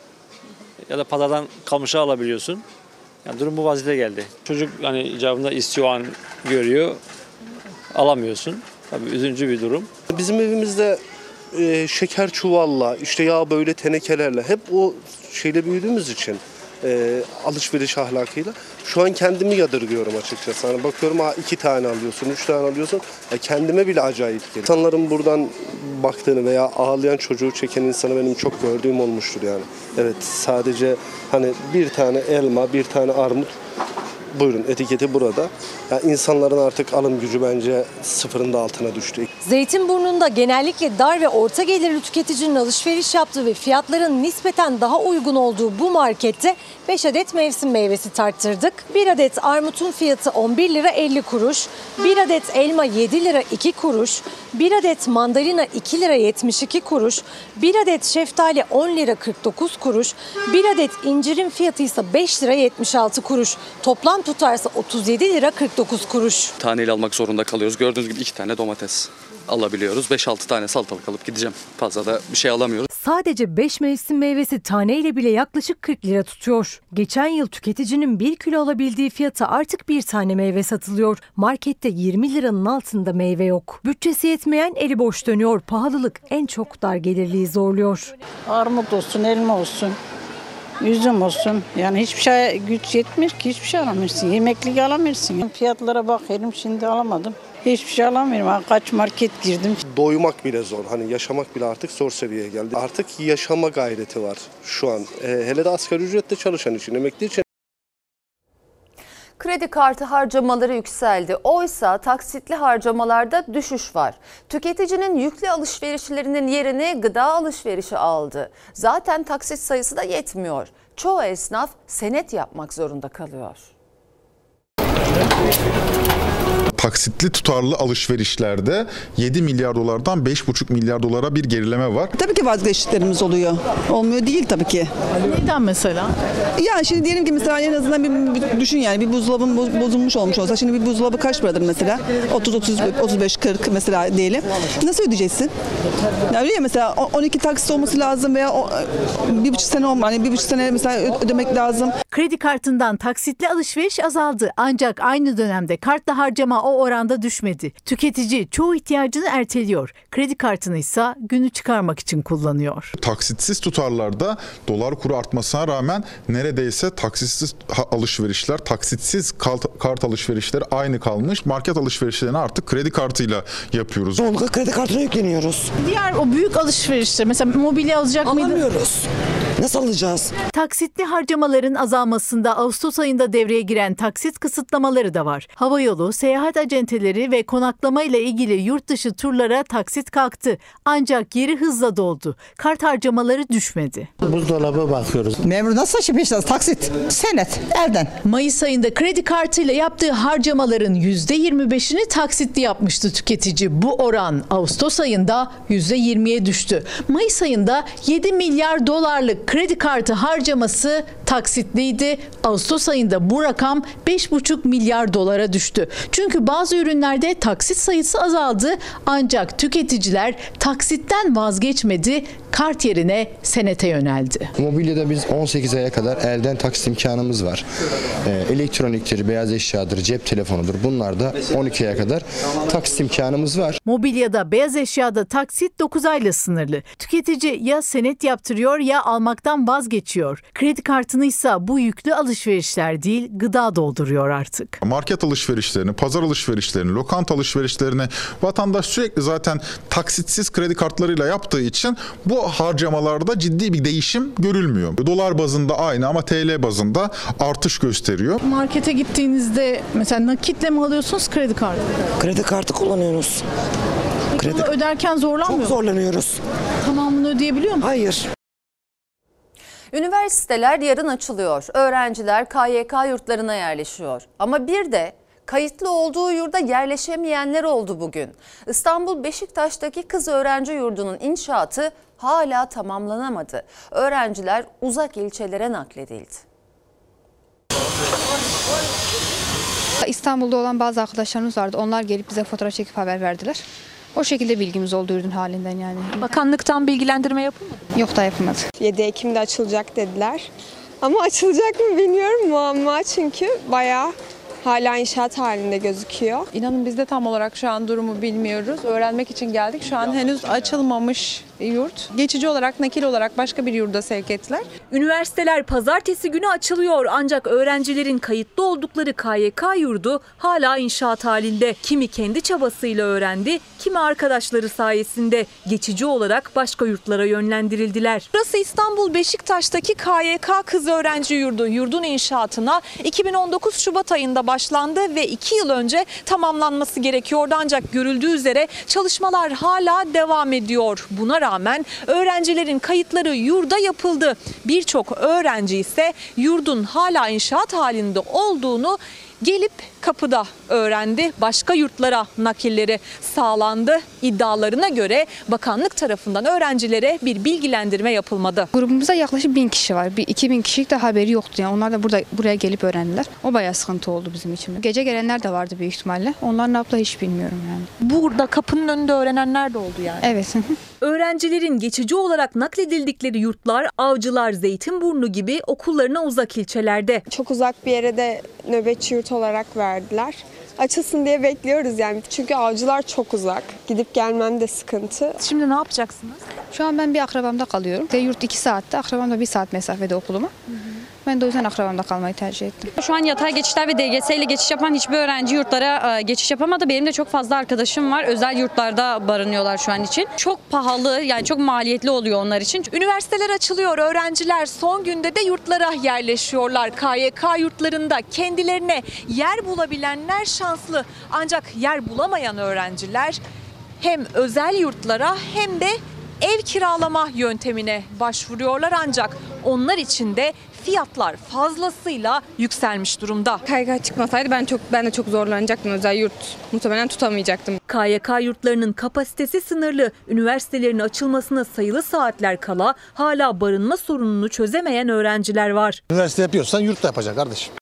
Ya da pazardan kalmışa alabiliyorsun. Yani durum bu vaziyete geldi. Çocuk hani icabında istiyor an görüyor, alamıyorsun. Tabii üzücü bir durum. Bizim evimizde e, şeker çuvalla, işte yağ böyle tenekelerle hep o şeyle büyüdüğümüz için e, alışveriş ahlakıyla şu an kendimi yadırgıyorum açıkçası. Hani bakıyorum ha iki tane alıyorsun, üç tane alıyorsun. Ya kendime bile acayip geliyor. İnsanların buradan baktığını veya ağlayan çocuğu çeken insanı benim çok gördüğüm olmuştur yani. Evet, sadece hani bir tane elma, bir tane armut, buyurun etiketi burada. Yani insanların artık alım gücü bence sıfırın da altına düştü. Zeytinburnu'nda genellikle dar ve orta gelirli tüketicinin alışveriş yaptığı ve fiyatların nispeten daha uygun olduğu bu markette beş adet mevsim meyvesi tarttırdık. bir adet armutun fiyatı on bir lira elli kuruş, bir adet elma yedi lira iki kuruş, bir adet mandalina iki lira yetmiş iki kuruş, bir adet şeftali on lira kırk dokuz kuruş, bir adet incirin fiyatı ise beş lira yetmiş altı kuruş. Toplam tutarsa otuz yedi lira kırk dokuz kuruş. Taneyle almak zorunda kalıyoruz. Gördüğünüz gibi iki tane domates alabiliyoruz. beş altı tane salatalık alıp gideceğim. Fazla da bir şey alamıyoruz. Sadece beş mevsim meyvesi taneyle bile yaklaşık kırk lira tutuyor. Geçen yıl tüketicinin bir kilo alabildiği fiyata artık bir tane meyve satılıyor. Markette yirmi liranın altında meyve yok. Bütçesi yetmeyen eli boş dönüyor. Pahalılık en çok dar gelirliyi zorluyor. Armut olsun, elma olsun. üzüm olsun. Yani hiçbir şey güç yetmiyor ki, hiçbir şey alamıyorsun. Yemeklik alamıyorsun. Fiyatlara bakıyorum, şimdi alamadım. Hiçbir şey alamıyorum. Kaç market girdim. Doymak bile zor. Hani yaşamak bile artık zor seviyeye geldi. Artık yaşama gayreti var şu an. Ee, hele de asgari ücretle çalışan için, emekli için. Kredi kartı harcamaları yükseldi. Oysa taksitli harcamalarda düşüş var. Tüketicinin yüklü alışverişlerinin yerini gıda alışverişi aldı. Zaten taksit sayısı da yetmiyor. Çoğu esnaf senet yapmak zorunda kalıyor. Taksitli tutarlı alışverişlerde yedi milyar dolardan beş buçuk milyar dolara bir gerileme var. Tabii ki vazgeçtiklerimiz oluyor. Olmuyor değil tabii ki. Neden mesela? Yani şimdi diyelim ki mesela en azından bir, bir düşün yani bir buzdolabın bozulmuş olmuş olsa şimdi bir buzdolabı kaç paradır mesela? otuz otuz beş kırk mesela diyelim. Nasıl ödeyeceksin? Yani öyle ya mesela on iki taksit olması lazım veya o, bir buçuk sene olma hani bir buçuk sene mesela ödemek lazım. Kredi kartından taksitli alışveriş azaldı. Ancak aynı dönemde kartla harcama o oranda düşmedi. Tüketici çoğu ihtiyacını erteliyor. Kredi kartını ise günü çıkarmak için kullanıyor. Taksitsiz tutarlarda dolar kuru artmasına rağmen neredeyse taksitsiz alışverişler, taksitsiz kart alışverişleri aynı kalmış. Market alışverişlerini artık kredi kartıyla yapıyoruz. Çoğunlukla kredi kartına yükleniyoruz. Diğer o büyük alışverişler mesela mobilya alacak mıydı? Alamıyoruz. Nasıl alacağız? Taksitli harcamaların azalmasında Ağustos ayında devreye giren taksit kısıtlamaları da var. Havayolu, seyahat acenteleri ve konaklama ile ilgili yurt dışı turlara taksit kalktı. Ancak geri hızla doldu. Kart harcamaları düşmedi. Buzdolabı bakıyoruz. Memur nasıl taşımışlar? Taksit, senet, elden. Mayıs ayında kredi kartıyla yaptığı harcamaların yüzde yirmi beşini taksitli yapmıştı tüketici. Bu oran Ağustos ayında yüzde yirmiye düştü. Mayıs ayında yedi milyar dolarlık kredi kartı harcaması taksitliydi. Ağustos ayında bu rakam beş buçuk milyar dolara düştü. Çünkü bazı ürünlerde taksit sayısı azaldı ancak tüketiciler taksitten vazgeçmedi, kart yerine senete yöneldi. Mobilyada biz on sekiz aya kadar elden taksit imkanımız var. Ee, elektroniktir, beyaz eşyadır, cep telefonudur. Bunlarda on iki aya kadar taksit imkanımız var. Mobilyada, beyaz eşyada taksit dokuz ayla sınırlı. Tüketici ya senet yaptırıyor ya almaktan vazgeçiyor. Kredi kartını ise bu yüklü alışverişler değil, gıda dolduruyor artık. Market alışverişlerini, pazar alışverişlerini, lokanta alışverişlerini vatandaş sürekli zaten taksitsiz kredi kartlarıyla yaptığı için bu harcamalarda ciddi bir değişim görülmüyor. Dolar bazında aynı ama T L bazında artış gösteriyor. Markete gittiğinizde mesela nakitle mi alıyorsunuz, kredi kartı? Kredi kartı kullanıyoruz. Kredi Bunu öderken zorlanmıyor Çok zorlanıyoruz. Tamamını ödeyebiliyor musunuz? Hayır. Üniversiteler yarın açılıyor. Öğrenciler K Y K yurtlarına yerleşiyor. Ama bir de kayıtlı olduğu yurda yerleşemeyenler oldu bugün. İstanbul Beşiktaş'taki kız öğrenci yurdunun inşaatı hala tamamlanamadı. Öğrenciler uzak ilçelere nakledildi. İstanbul'da olan bazı arkadaşlarımız vardı. Onlar gelip bize fotoğraf çekip haber verdiler. O şekilde bilgimiz oldu yurdun halinden yani. Bakanlıktan bilgilendirme yapılmadı mı? Yok da yapılmadı. yedi Ekim'de açılacak dediler. Ama açılacak mı bilmiyorum, muamma çünkü bayağı hala inşaat halinde gözüküyor. İnanın biz de tam olarak şu an durumu bilmiyoruz. Öğrenmek için geldik. Şu an henüz açılmamış yurt. Geçici olarak, nakil olarak başka bir yurda sevk ettiler. Üniversiteler pazartesi günü açılıyor ancak öğrencilerin kayıtlı oldukları K Y K yurdu hala inşaat halinde. Kimi kendi çabasıyla öğrendi, kimi arkadaşları sayesinde geçici olarak başka yurtlara yönlendirildiler. Burası İstanbul Beşiktaş'taki K Y K kız öğrenci yurdu. Yurdun inşaatına iki bin on dokuz Şubat ayında başlandı ve iki yıl önce tamamlanması gerekiyordu. Ancak görüldüğü üzere çalışmalar hala devam ediyor. Buna rağmen öğrencilerin kayıtları yurda yapıldı. Birçok öğrenci ise yurdun hala inşaat halinde olduğunu gelip kapıda öğrendi. Başka yurtlara nakilleri sağlandı. İddialarına göre bakanlık tarafından öğrencilere bir bilgilendirme yapılmadı. Grubumuzda yaklaşık bin kişi var. Bir iki bin kişilik de haberi yoktu. Yani onlar da burada buraya gelip öğrendiler. O bayağı sıkıntı oldu bizim için. Gece gelenler de vardı büyük ihtimalle. Onlar ne yaptı hiç bilmiyorum yani. Burada kapının önünde öğrenenler de oldu yani. Evet. Öğrencilerin geçici olarak nakledildikleri yurtlar Avcılar, Zeytinburnu gibi okullarına uzak ilçelerde. Çok uzak bir yere de nöbetçi yurt olarak verdiler. Açılsın diye bekliyoruz yani. Çünkü Avcılar çok uzak. Gidip gelmem de sıkıntı. Şimdi ne yapacaksınız? Şu an ben bir akrabamda kalıyorum. Ve yurt iki saatte, akrabam da bir saat mesafede okuluma. Hı hı. Ben de o yüzden akrabamda kalmayı tercih ettim. Şu an yatay geçişler ve D G S ile geçiş yapan hiçbir öğrenci yurtlara geçiş yapamadı. Benim de çok fazla arkadaşım var. Özel yurtlarda barınıyorlar şu an için. Çok pahalı, yani çok maliyetli oluyor onlar için. Üniversiteler açılıyor. Öğrenciler son günde de yurtlara yerleşiyorlar. K Y K yurtlarında kendilerine yer bulabilenler şanslı. Ancak yer bulamayan öğrenciler hem özel yurtlara hem de ev kiralama yöntemine başvuruyorlar, ancak onlar için de fiyatlar fazlasıyla yükselmiş durumda. K Y K çıkmasaydı ben çok ben de çok zorlanacaktım. Özel yurt muhtemelen tutamayacaktım. K Y K yurtlarının kapasitesi sınırlı. Üniversitelerin açılmasına sayılı saatler kala hala barınma sorununu çözemeyen öğrenciler var. Üniversite yapıyorsan yurt da yapacaksın kardeşim.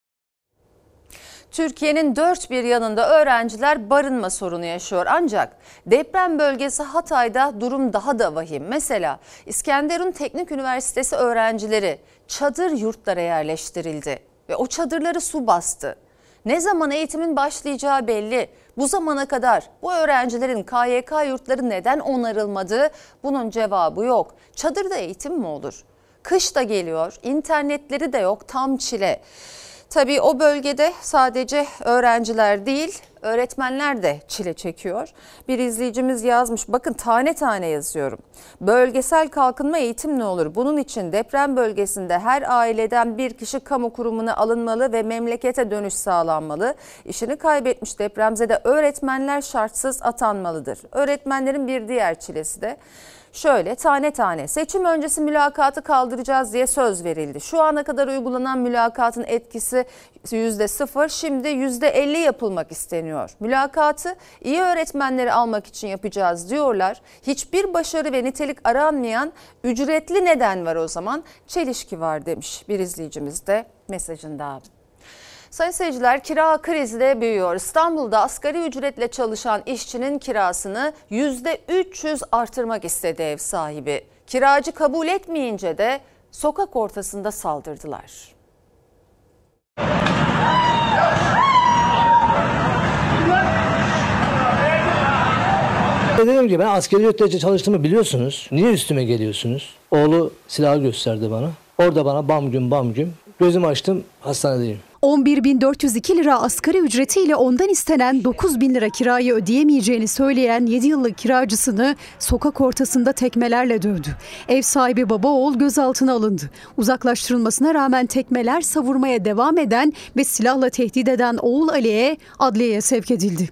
Türkiye'nin dört bir yanında öğrenciler barınma sorunu yaşıyor. Ancak deprem bölgesi Hatay'da durum daha da vahim. Mesela İskenderun Teknik Üniversitesi öğrencileri çadır yurtlara yerleştirildi ve o çadırları su bastı. Ne zaman eğitimin başlayacağı belli. Bu zamana kadar bu öğrencilerin K Y K yurtları neden onarılmadı? Bunun cevabı yok. Çadırda eğitim mi olur? Kış da geliyor, internetleri de yok, tam çile. Tabii o bölgede sadece öğrenciler değil, öğretmenler de çile çekiyor. Bir izleyicimiz yazmış, bakın tane tane yazıyorum. Bölgesel kalkınma eğitim ne olur? Bunun için deprem bölgesinde her aileden bir kişi kamu kurumuna alınmalı ve memlekete dönüş sağlanmalı. İşini kaybetmiş depremzede öğretmenler şartsız atanmalıdır. Öğretmenlerin bir diğer çilesi de şöyle, tane tane seçim öncesi mülakatı kaldıracağız diye söz verildi. Şu ana kadar uygulanan mülakatın etkisi yüzde sıfır, şimdi yüzde elli yapılmak isteniyor. Mülakatı iyi öğretmenleri almak için yapacağız diyorlar. Hiçbir başarı ve nitelik aranmayan ücretli neden var o zaman? Çelişki var demiş bir izleyicimiz de mesajında. Sayın seyirciler, kira krizi de büyüyor. İstanbul'da asgari ücretle çalışan işçinin kirasını yüzde üç yüz artırmak istedi ev sahibi. Kiracı kabul etmeyince de sokak ortasında saldırdılar. Dediğim gibi ben asgari ücretle çalıştığımı biliyorsunuz. Niye üstüme geliyorsunuz? Oğlu silahı gösterdi bana. Orada bana bam gün bam gün. Gözümü açtım, hastanedeyim. on bir bin dört yüz iki lira asgari ücretiyle ondan istenen dokuz bin lira kirayı ödeyemeyeceğini söyleyen yedi yıllık kiracısını sokak ortasında tekmelerle dövdü. Ev sahibi baba oğul gözaltına alındı. Uzaklaştırılmasına rağmen tekmeler savurmaya devam eden ve silahla tehdit eden oğul Ali'ye adliyeye sevk edildi.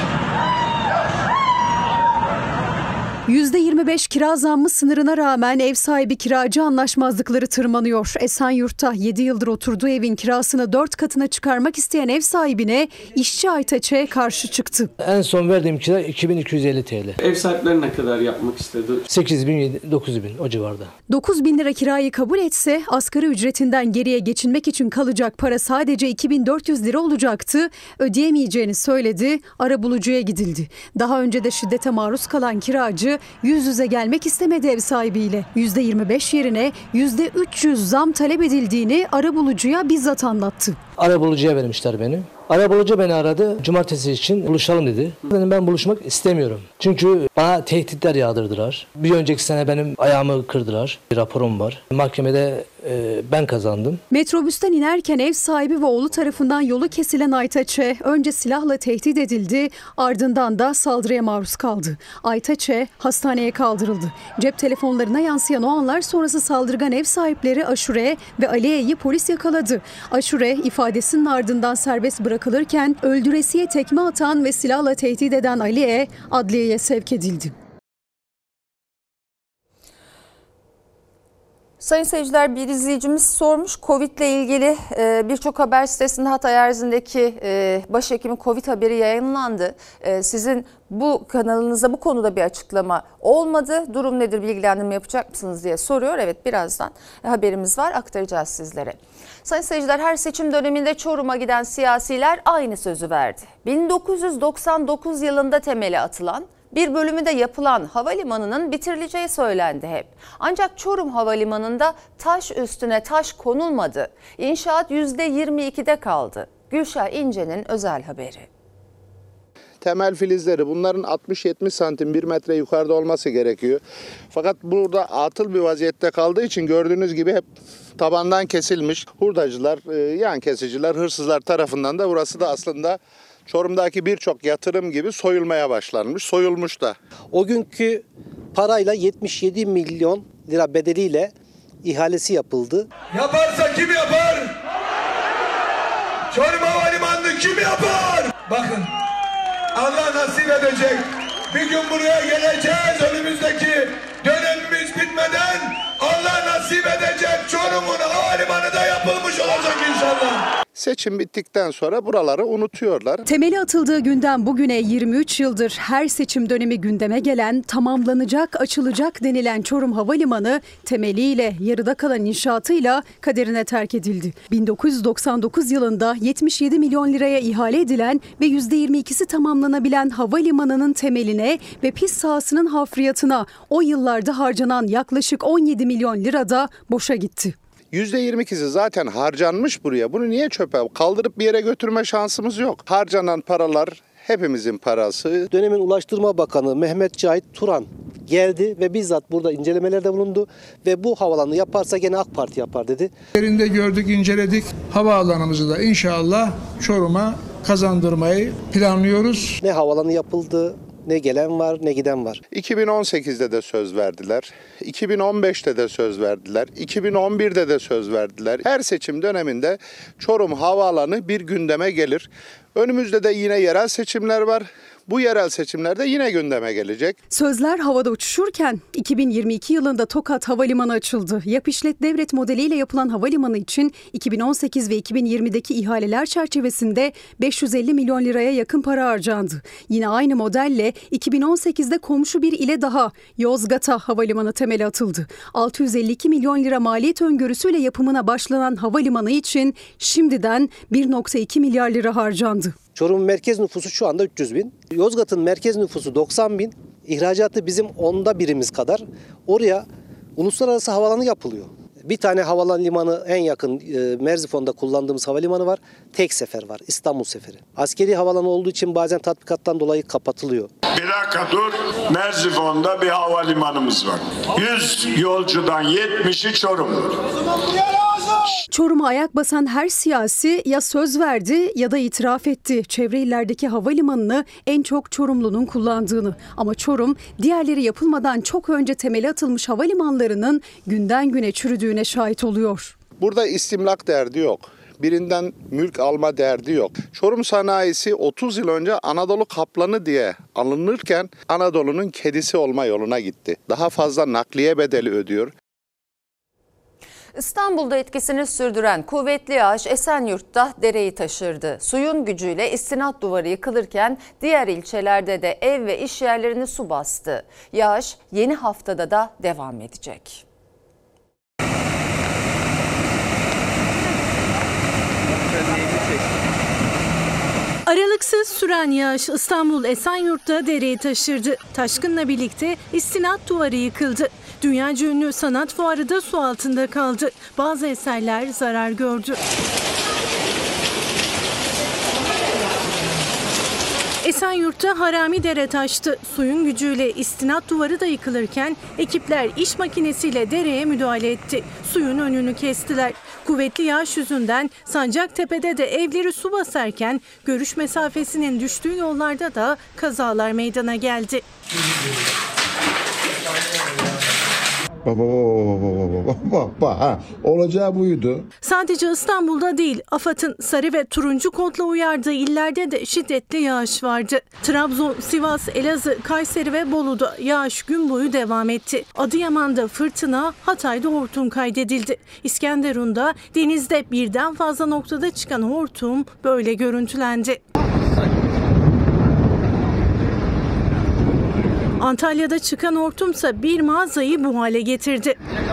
yüzde yirmi beş kira zammı sınırına rağmen ev sahibi kiracı anlaşmazlıkları tırmanıyor. Esenyurt'ta yedi yıldır oturduğu evin kirasını dört katına çıkarmak isteyen ev sahibine işçi Aytaç'e karşı çıktı. En son verdiğim kira iki bin iki yüz elli TL. Ev sahipleri ne kadar yapmak istedi? sekiz bin dokuz bin o civarda. dokuz bin lira kirayı kabul etse asgari ücretinden geriye geçinmek için kalacak para sadece iki bin dört yüz lira olacaktı. Ödeyemeyeceğini söyledi. Arabulucuya gidildi. Daha önce de şiddete maruz kalan kiracı yüz yüze gelmek istemedi ev sahibiyle. yüzde yirmi beş yerine yüzde üç yüz zam talep edildiğini arabulucuya bizzat anlattı. Arabulucuya vermişler beni. Arabulucu beni aradı. Cumartesi için buluşalım dedi. Dedim ben buluşmak istemiyorum. Çünkü bana tehditler yağdırdılar. Bir önceki sene benim ayağımı kırdılar. Bir raporum var. Mahkemede e, ben kazandım. Metrobüsten inerken ev sahibi ve oğlu tarafından yolu kesilen Aytaç'e önce silahla tehdit edildi, ardından da saldırıya maruz kaldı. Aytaç'e hastaneye kaldırıldı. Cep telefonlarına yansıyan o anlar sonrası saldırgan ev sahipleri Aşure ve Aliye'yi polis yakaladı. Aşure ifadesinin ardından serbest bırakılırken öldüresiye tekme atan ve silahla tehdit eden Aliye adliyeye sevk edildi. Sayın seyirciler, bir izleyicimiz sormuş. Covid ile ilgili birçok haber sitesinde Hatay Erzin'deki başhekimin Covid haberi yayınlandı. Sizin bu kanalınızda bu konuda bir açıklama olmadı. Durum nedir, bilgilendirme yapacak mısınız diye soruyor. Evet, birazdan haberimiz var, aktaracağız sizlere. Sayın seyirciler, her seçim döneminde Çorum'a giden siyasiler aynı sözü verdi. bin dokuz yüz doksan dokuz yılında temeli atılan, bir bölümü de yapılan havalimanının bitirileceği söylendi hep. Ancak Çorum Havalimanı'nda taş üstüne taş konulmadı. İnşaat yüzde yirmi ikide kaldı. Gülşah İnce'nin özel haberi. Temel filizleri bunların altmış yetmiş santim bir metre yukarıda olması gerekiyor. Fakat burada atıl bir vaziyette kaldığı için gördüğünüz gibi hep tabandan kesilmiş. Hurdacılar, yan kesiciler, hırsızlar tarafından da burası da aslında Çorum'daki birçok yatırım gibi soyulmaya başlanmış, soyulmuş da. O günkü parayla yetmiş yedi milyon lira bedeliyle ihalesi yapıldı. Yaparsa kim yapar? Çorum Havalimanı'nı kim yapar? Bakın, Allah nasip edecek. Bir gün buraya geleceğiz, önümüzdeki dönemimiz bitmeden Allah nasip edecek. Çorum'un havalimanı da yapılmış olacak inşallah. Seçim bittikten sonra buraları unutuyorlar. Temeli atıldığı günden bugüne yirmi üç yıldır her seçim dönemi gündeme gelen, tamamlanacak, açılacak denilen Çorum Havalimanı temeliyle, yarıda kalan inşaatıyla kaderine terk edildi. bin dokuz yüz doksan dokuz yılında yetmiş yedi milyon liraya ihale edilen ve yüzde yirmi ikisi tamamlanabilen havalimanının temeline ve pist sahasının hafriyatına o yıllarda harcanan yaklaşık on yedi milyon lira da boşa gitti. yüzde yirmi ikisi zaten harcanmış buraya. Bunu niye çöpe? Kaldırıp bir yere götürme şansımız yok. Harcanan paralar hepimizin parası. Dönemin Ulaştırma Bakanı Mehmet Cahit Turan geldi ve bizzat burada incelemelerde bulundu ve bu havalanı yaparsa gene AK Parti yapar dedi. Yerinde gördük, inceledik. Havaalanımızı da inşallah Çorum'a kazandırmayı planlıyoruz. Ne havalanı yapıldı, ne gelen var, ne giden var. iki bin on sekizde de söz verdiler. iki bin on beşte de söz verdiler. iki bin on birde de söz verdiler. Her seçim döneminde Çorum Havaalanı bir gündeme gelir. Önümüzde de yine yerel seçimler var. Bu yerel seçimlerde yine gündeme gelecek. Sözler havada uçuşurken iki bin yirmi iki yılında Tokat Havalimanı açıldı. Yap işlet devret modeliyle yapılan havalimanı için iki bin on sekiz ve iki bin yirmideki ihaleler çerçevesinde beş yüz elli milyon liraya yakın para harcandı. Yine aynı modelle iki bin on sekizde komşu bir ile daha Yozgat'a havalimanı temeli atıldı. altı yüz elli iki milyon lira maliyet öngörüsüyle yapımına başlanan havalimanı için şimdiden bir virgül iki milyar lira harcandı. Çorum'un merkez nüfusu şu anda üç yüz bin. Yozgat'ın merkez nüfusu doksan bin. İhracatı bizim onda birimiz kadar. Oraya uluslararası havalanı yapılıyor. Bir tane havalan limanı en yakın e, Merzifon'da kullandığımız havalimanı var. Tek sefer var. İstanbul seferi. Askeri havalanı olduğu için bazen tatbikattan dolayı kapatılıyor. Bir dakika dur. Merzifon'da bir havalimanımız var. yüz yolcudan yetmişi Çorum'dur. Çorum'a ayak basan her siyasi ya söz verdi ya da itiraf etti çevre illerdeki havalimanını en çok Çorumlu'nun kullandığını. Ama Çorum diğerleri yapılmadan çok önce temeli atılmış havalimanlarının günden güne çürüdüğüne şahit oluyor. Burada istimlak derdi yok. Birinden mülk alma derdi yok. Çorum sanayisi otuz yıl önce Anadolu kaplanı diye alınırken Anadolu'nun kedisi olma yoluna gitti. Daha fazla nakliye bedeli ödüyor. İstanbul'da etkisini sürdüren kuvvetli yağış Esenyurt'ta dereyi taşırdı. Suyun gücüyle istinat duvarı yıkılırken diğer ilçelerde de ev ve iş yerlerini su bastı. Yağış yeni haftada da devam edecek. Aralıksız süren yağış İstanbul Esenyurt'ta dereyi taşırdı. Taşkınla birlikte istinat duvarı yıkıldı. Dünyaca ünlü sanat fuarı da su altında kaldı. Bazı eserler zarar gördü. Esenyurt'ta Harami Dere taştı. Suyun gücüyle istinat duvarı da yıkılırken ekipler iş makinesiyle dereye müdahale etti. Suyun önünü kestiler. Kuvvetli yağış yüzünden Sancaktepe'de de evleri su basarken görüş mesafesinin düştüğü yollarda da kazalar meydana geldi. Baba baba baba baba baba ha olacağı buydu. Sadece İstanbul'da değil, AFAD'ın sarı ve turuncu kodla uyardığı illerde de şiddetli yağış vardı. Trabzon, Sivas, Elazığ, Kayseri ve Bolu'da yağış gün boyu devam etti. Adıyaman'da fırtına, Hatay'da hortum kaydedildi. İskenderun'da denizde birden fazla noktada çıkan hortum böyle görüntülendi. Antalya'da çıkan hortumsa bir mağazayı bu hale getirdi.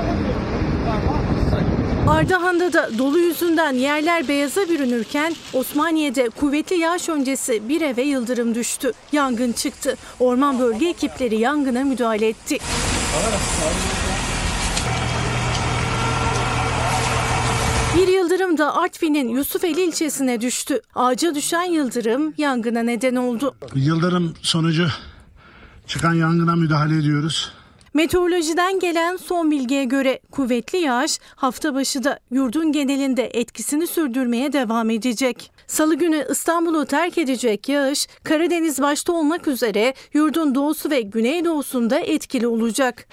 Ardahan'da da dolu yüzünden yerler beyaza bürünürken Osmaniye'de kuvvetli yağış öncesi bir eve yıldırım düştü. Yangın çıktı. Orman bölge ekipleri yangına müdahale etti. Bir yıldırım yıldırım da Artvin'in Yusufeli ilçesine düştü. Ağaca düşen yıldırım yangına neden oldu. Yıldırım sonucu çıkan yangına müdahale ediyoruz. Meteorolojiden gelen son bilgiye göre kuvvetli yağış hafta başı da yurdun genelinde etkisini sürdürmeye devam edecek. Salı günü İstanbul'u terk edecek yağış Karadeniz başta olmak üzere yurdun doğusu ve güneydoğusunda etkili olacak.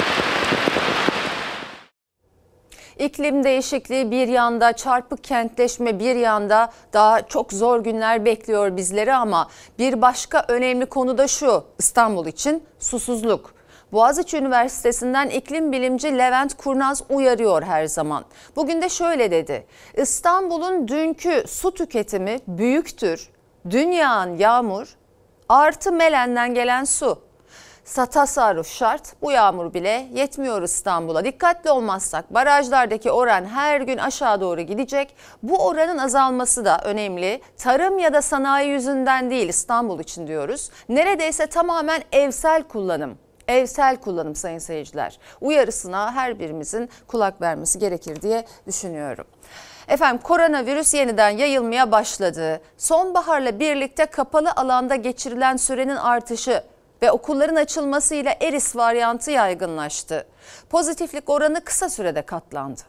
İklim değişikliği bir yanda, çarpık kentleşme bir yanda, daha çok zor günler bekliyor bizleri ama bir başka önemli konu da şu: İstanbul için susuzluk. Boğaziçi Üniversitesi'nden iklim bilimci Levent Kurnaz uyarıyor her zaman. Bugün de şöyle dedi: İstanbul'un dünkü su tüketimi büyüktür. Dün yağan yağmur artı Melen'den gelen su. Tasarruf şart. Bu yağmur bile yetmiyor İstanbul'a. Dikkatli olmazsak barajlardaki oran her gün aşağı doğru gidecek. Bu oranın azalması da önemli. Tarım ya da sanayi yüzünden değil, İstanbul için diyoruz. Neredeyse tamamen evsel kullanım. Evsel kullanım sayın seyirciler. Uyarısına her birimizin kulak vermesi gerekir diye düşünüyorum. Efendim, koronavirüs yeniden yayılmaya başladı. Sonbaharla birlikte kapalı alanda geçirilen sürenin artışı ve okulların açılmasıyla Eris varyantı yaygınlaştı. Pozitiflik oranı kısa sürede katlandı.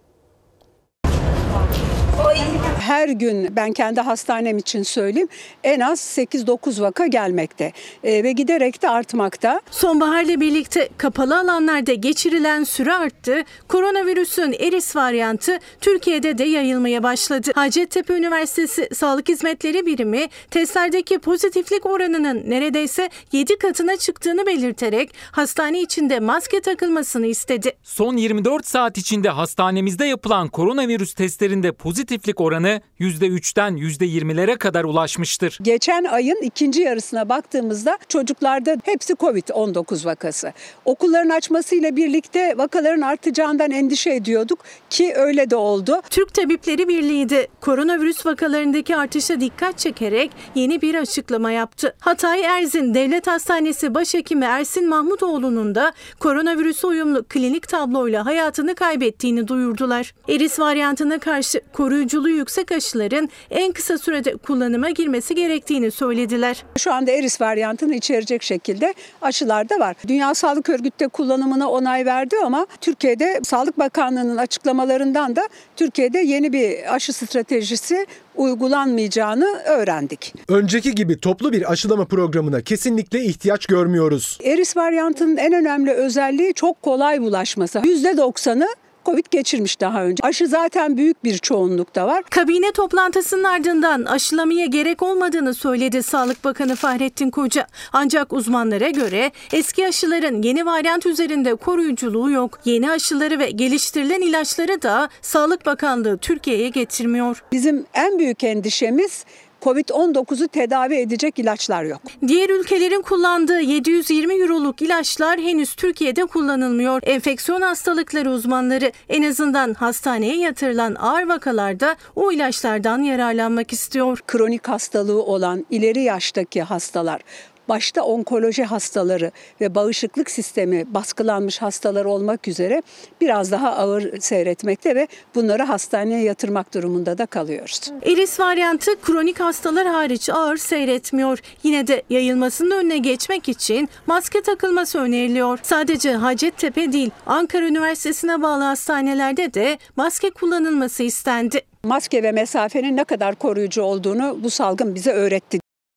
Her gün ben kendi hastanem için söyleyeyim en az sekiz dokuz vaka gelmekte e, ve giderek de artmakta. Sonbaharla birlikte kapalı alanlarda geçirilen süre arttı. Koronavirüsün Eris varyantı Türkiye'de de yayılmaya başladı. Hacettepe Üniversitesi Sağlık Hizmetleri Birimi testlerdeki pozitiflik oranının neredeyse yedi katına çıktığını belirterek hastane içinde maske takılmasını istedi. Son yirmi dört saat içinde hastanemizde yapılan koronavirüs testlerinde pozitiflik oranı yüzde üçten yüzde yirmilere kadar ulaşmıştır. Geçen ayın ikinci yarısına baktığımızda çocuklarda hepsi kovid on dokuz vakası. Okulların açmasıyla birlikte vakaların artacağından endişe ediyorduk ki öyle de oldu. Türk Tabipleri Birliği de koronavirüs vakalarındaki artışa dikkat çekerek yeni bir açıklama yaptı. Hatay Erzin Devlet Hastanesi Başhekimi Ersin Mahmutoğlu'nun da koronavirüse uyumlu klinik tabloyla hayatını kaybettiğini duyurdular. Eris varyantına karşı koruyuculuğu yüksek aşıların en kısa sürede kullanıma girmesi gerektiğini söylediler. Şu anda Eris varyantını içerecek şekilde aşılar da var. Dünya Sağlık Örgütü de kullanımına onay verdi ama Türkiye'de Sağlık Bakanlığı'nın açıklamalarından da Türkiye'de yeni bir aşı stratejisi uygulanmayacağını öğrendik. Önceki gibi toplu bir aşılama programına kesinlikle ihtiyaç görmüyoruz. Eris varyantının en önemli özelliği çok kolay bulaşması. yüzde doksanı Covid geçirmiş daha önce. Aşı zaten büyük bir çoğunlukta var. Kabine toplantısının ardından aşılamaya gerek olmadığını söyledi Sağlık Bakanı Fahrettin Koca. Ancak uzmanlara göre eski aşıların yeni varyant üzerinde koruyuculuğu yok. Yeni aşıları ve geliştirilen ilaçları da Sağlık Bakanlığı Türkiye'ye getirmiyor. Bizim en büyük endişemiz kovid on dokuzu tedavi edecek ilaçlar yok. Diğer ülkelerin kullandığı yedi yüz yirmi euroluk ilaçlar henüz Türkiye'de kullanılmıyor. Enfeksiyon hastalıkları uzmanları en azından hastaneye yatırılan ağır vakalarda o ilaçlardan yararlanmak istiyor. Kronik hastalığı olan ileri yaştaki hastalar, başta onkoloji hastaları ve bağışıklık sistemi baskılanmış hastalar olmak üzere biraz daha ağır seyretmekte ve bunları hastaneye yatırmak durumunda da kalıyoruz. Eris varyantı kronik hastalar hariç ağır seyretmiyor. Yine de yayılmasının önüne geçmek için maske takılması öneriliyor. Sadece Hacettepe değil, Ankara Üniversitesi'ne bağlı hastanelerde de maske kullanılması istendi. Maske ve mesafenin ne kadar koruyucu olduğunu bu salgın bize öğretti.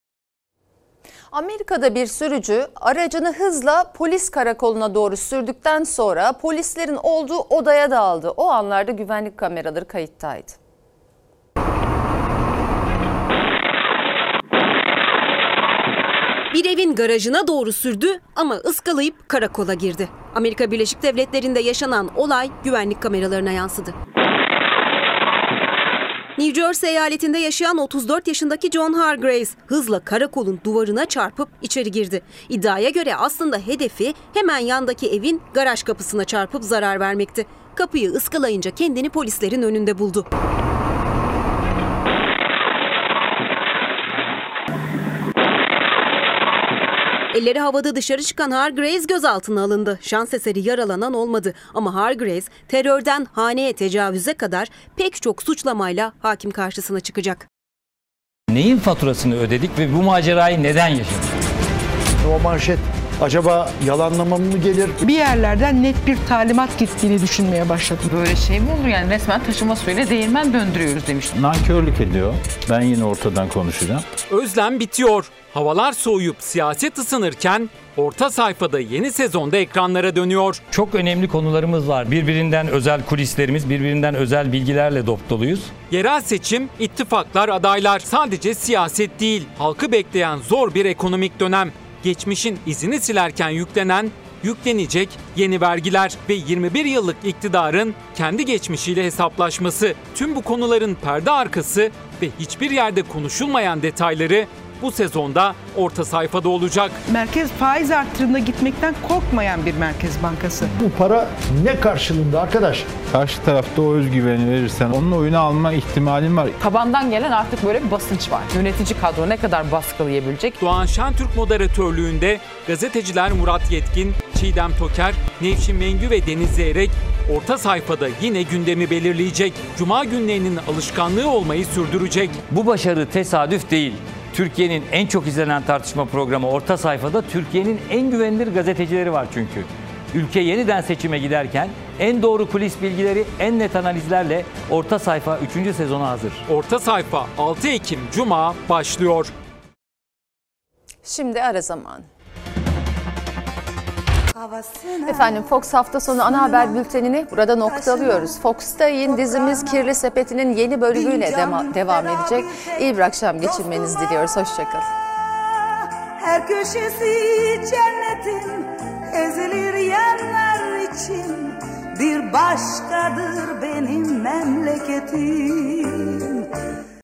Amerika'da bir sürücü aracını hızla polis karakoluna doğru sürdükten sonra polislerin olduğu odaya daldı. O anlarda güvenlik kameraları kayıttaydı. Bir evin garajına doğru sürdü ama ıskalayıp karakola girdi. Amerika Birleşik Devletleri'nde yaşanan olay güvenlik kameralarına yansıdı. New Jersey eyaletinde yaşayan otuz dört yaşındaki John Hargraves hızla karakolun duvarına çarpıp içeri girdi. İddiaya göre aslında hedefi hemen yandaki evin garaj kapısına çarpıp zarar vermekti. Kapıyı ıskalayınca kendini polislerin önünde buldu. Elleri havada dışarı çıkan Hargreaves gözaltına alındı. Şans eseri yaralanan olmadı. Ama Hargreaves terörden haneye tecavüze kadar pek çok suçlamayla hakim karşısına çıkacak. Neyin faturasını ödedik ve bu macerayı neden yaşadık? O manşet acaba yalanlama mı gelir? Bir yerlerden net bir talimat gittiğini düşünmeye başladım. Böyle şey mi olur yani, resmen taşıma suyuyla değirmen döndürüyoruz demiştim. Nankörlük ediyor. Ben yine ortadan konuşacağım. Özlem bitiyor. Havalar soğuyup siyaset ısınırken orta sayfada yeni sezonda ekranlara dönüyor. Çok önemli konularımız var. Birbirinden özel kulislerimiz, birbirinden özel bilgilerle dop doluyuz. Yerel seçim, ittifaklar, adaylar. Sadece siyaset değil, halkı bekleyen zor bir ekonomik dönem. Geçmişin izini silerken yüklenen, yüklenecek yeni vergiler ve yirmi bir yıllık iktidarın kendi geçmişiyle hesaplaşması. Tüm bu konuların perde arkası ve hiçbir yerde konuşulmayan detayları bu sezonda orta sayfada olacak. Merkez faiz artırımına gitmekten korkmayan bir merkez bankası. Bu para ne karşılığında arkadaş? Karşı tarafta o özgüveni verirsen onun oyunu alma ihtimalin var. Tabandan gelen artık böyle bir basınç var. Yönetici kadro ne kadar baskılayabilecek? Doğan Şentürk moderatörlüğünde gazeteciler Murat Yetkin, Çiğdem Toker, Nevşin Mengü ve Deniz Zeyrek orta sayfada yine gündemi belirleyecek. Cuma günlerinin alışkanlığı olmayı sürdürecek. Bu başarı tesadüf değil. Türkiye'nin en çok izlenen tartışma programı Orta Sayfa'da Türkiye'nin en güvenilir gazetecileri var çünkü. Ülke yeniden seçime giderken en doğru kulis bilgileri, en net analizlerle Orta Sayfa üçüncü sezona hazır. Orta Sayfa altı Ekim Cuma başlıyor. Şimdi ara zaman. Efendim Fox hafta sonu ana haber bültenini burada noktalıyoruz. Fox'ta yayın dizimiz Kirli Sepeti'nin yeni bölümüyle dema- devam edecek. İyi bir akşam geçirmenizi diliyoruz. Hoşçakalın. Her köşesi cennetin ezilir yanlar için bir başkadır benim memleketim.